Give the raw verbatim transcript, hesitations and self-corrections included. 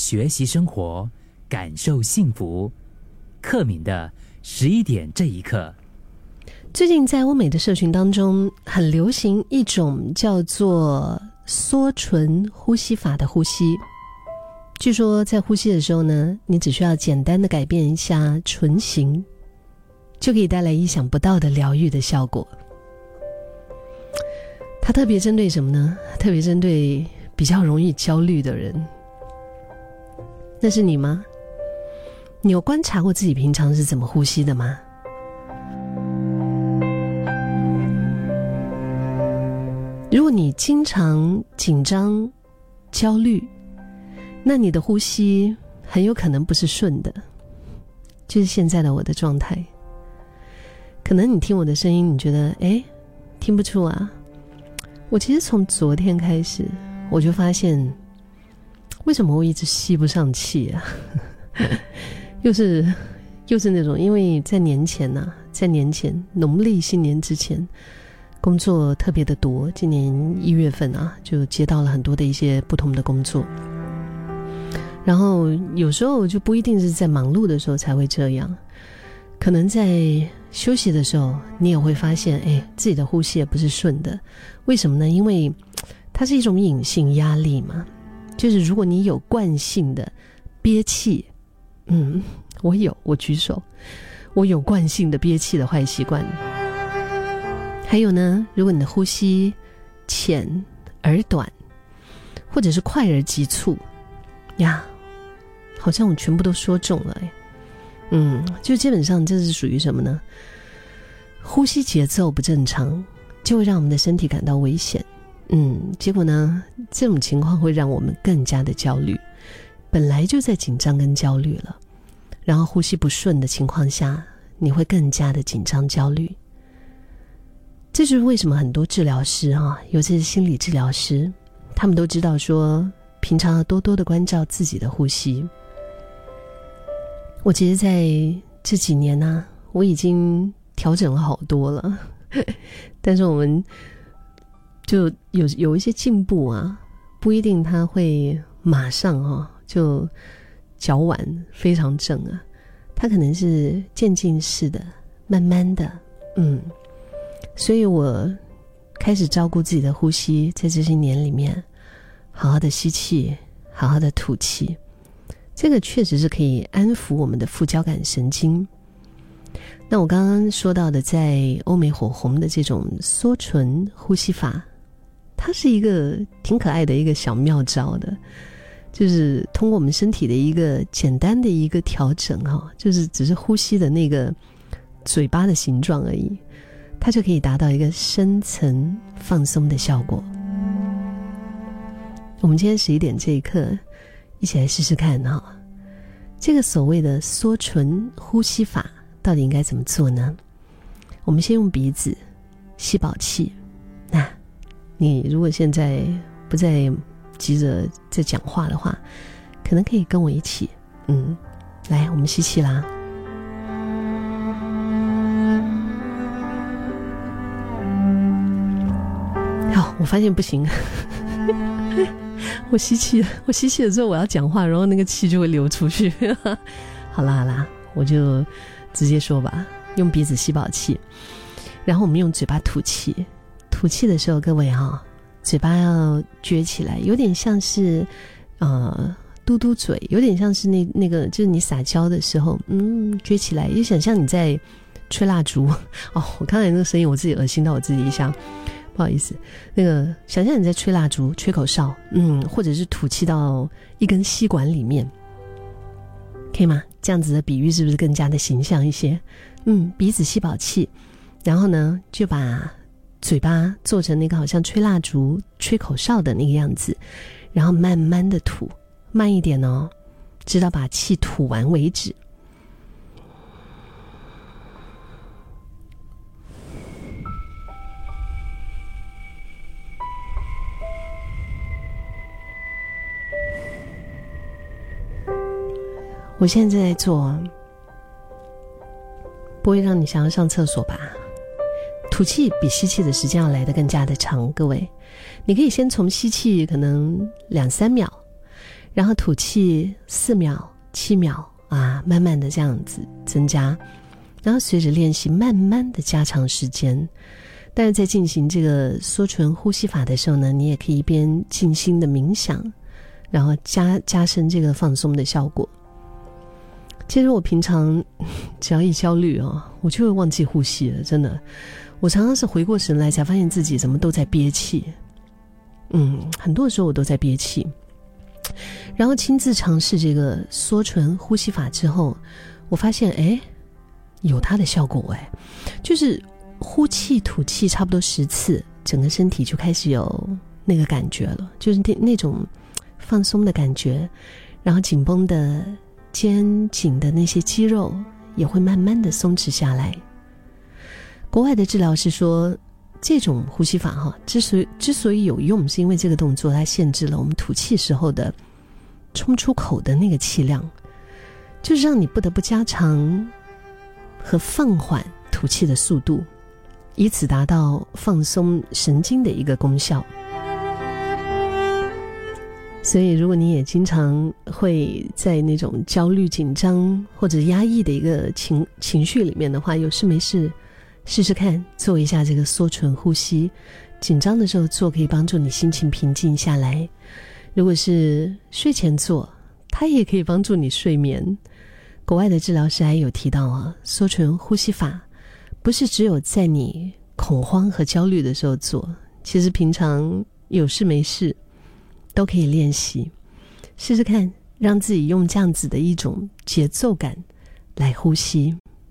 学习生活，感受幸福。克敏的十一点这一刻。 最近在欧美的社群当中很流行一种叫做缩唇呼吸法的呼吸。据说在呼吸的时候呢，你只需要简单的改变一下唇形，就可以带来意想不到的疗愈的效果。它特别针对什么呢？特别针对比较容易焦虑的人。那是你吗？你有观察过自己平常是怎么呼吸的吗？如果你经常紧张、焦虑，那你的呼吸很有可能不是顺的，就是现在的我的状态。可能你听我的声音，你觉得诶，听不出啊。我其实从昨天开始，我就发现，为什么我一直吸不上气啊？又是又是那种，因为在年前啊，在年前农历新年之前，工作特别的多。今年一月份啊，就接到了很多的一些不同的工作。然后有时候就不一定是在忙碌的时候才会这样，可能在休息的时候，你也会发现，哎，自己的呼吸也不是顺的。为什么呢？因为它是一种隐性压力嘛。就是如果你有惯性的憋气，嗯，我有，我举手，我有惯性的憋气的坏习惯。还有呢，如果你的呼吸浅而短，或者是快而急促呀，好像我全部都说中了哎。嗯，就基本上这是属于什么呢？呼吸节奏不正常，就会让我们的身体感到危险。嗯，结果呢，这种情况会让我们更加的焦虑。本来就在紧张跟焦虑了，然后呼吸不顺的情况下，你会更加的紧张焦虑。这就是为什么很多治疗师啊，尤其是心理治疗师，他们都知道说，平常要多多的关照自己的呼吸。我其实在这几年呢、啊，我已经调整了好多了，但是我们就有有一些进步啊，不一定他会马上啊就脚腕非常正啊，他可能是渐进式的，慢慢的，嗯，所以我开始照顾自己的呼吸，在这些年里面，好好的吸气，好好的吐气。这个确实是可以安抚我们的副交感神经。那我刚刚说到的在欧美火红的这种缩唇呼吸法，它是一个挺可爱的一个小妙招的，就是通过我们身体的一个简单的一个调整、哦、就是只是呼吸的那个嘴巴的形状而已，它就可以达到一个深层放松的效果。我们今天十一点这一刻一起来试试看哈、哦，这个所谓的缩唇呼吸法到底应该怎么做呢？我们先用鼻子吸饱气。那你如果现在不再急着在讲话的话，可能可以跟我一起，嗯，来，我们吸气啦。好，我发现不行。我吸气，我吸气了之后我要讲话，然后那个气就会流出去。好啦好啦，我就直接说吧，用鼻子吸饱气，然后我们用嘴巴吐气。吐气的时候，各位哈、哦，嘴巴要撅起来，有点像是呃嘟嘟嘴，有点像是那那个就是你撒娇的时候，嗯，撅起来，也想象你在吹蜡烛。哦，我刚才那个声音我自己恶心到我自己一下。不好意思，那个想象你在吹蜡烛、吹口哨，嗯，或者是吐气到一根吸管里面，可以吗？这样子的比喻是不是更加的形象一些？嗯，鼻子吸饱气，然后呢，就把嘴巴做成那个好像吹蜡烛、吹口哨的那个样子，然后慢慢的吐，慢一点哦，直到把气吐完为止。我现在在做，不会让你想要上厕所吧？吐气比吸气的时间要来得更加的长，各位，你可以先从吸气可能两三秒， 然后吐气四秒、七秒啊，慢慢的这样子增加，然后随着练习慢慢的加长时间。但是在进行这个缩唇呼吸法的时候呢，你也可以一边静心的冥想，然后加加深这个放松的效果。其实我平常只要一焦虑哦，我就会忘记呼吸了，真的。我常常是回过神来才发现自己怎么都在憋气，嗯，很多时候我都在憋气。然后亲自尝试这个缩唇呼吸法之后，我发现哎，有它的效果哎，就是呼气吐气差不多十次，整个身体就开始有那个感觉了，就是那那种放松的感觉，然后紧绷的肩颈的那些肌肉也会慢慢的松弛下来。国外的治疗师说，这种呼吸法哈，之所以之所以有用，是因为这个动作它限制了我们吐气时候的冲出口的那个气量，就是让你不得不加长和放缓吐气的速度，以此达到放松神经的一个功效。所以如果你也经常会在那种焦虑紧张或者压抑的一个情情绪里面的话，有事没事试试看做一下这个缩唇呼吸，紧张的时候做可以帮助你心情平静下来。如果是睡前做，它也可以帮助你睡眠。国外的治疗师还有提到啊，缩唇呼吸法不是只有在你恐慌和焦虑的时候做，其实平常有事没事都可以练习，试试看让自己用这样子的一种节奏感来呼吸。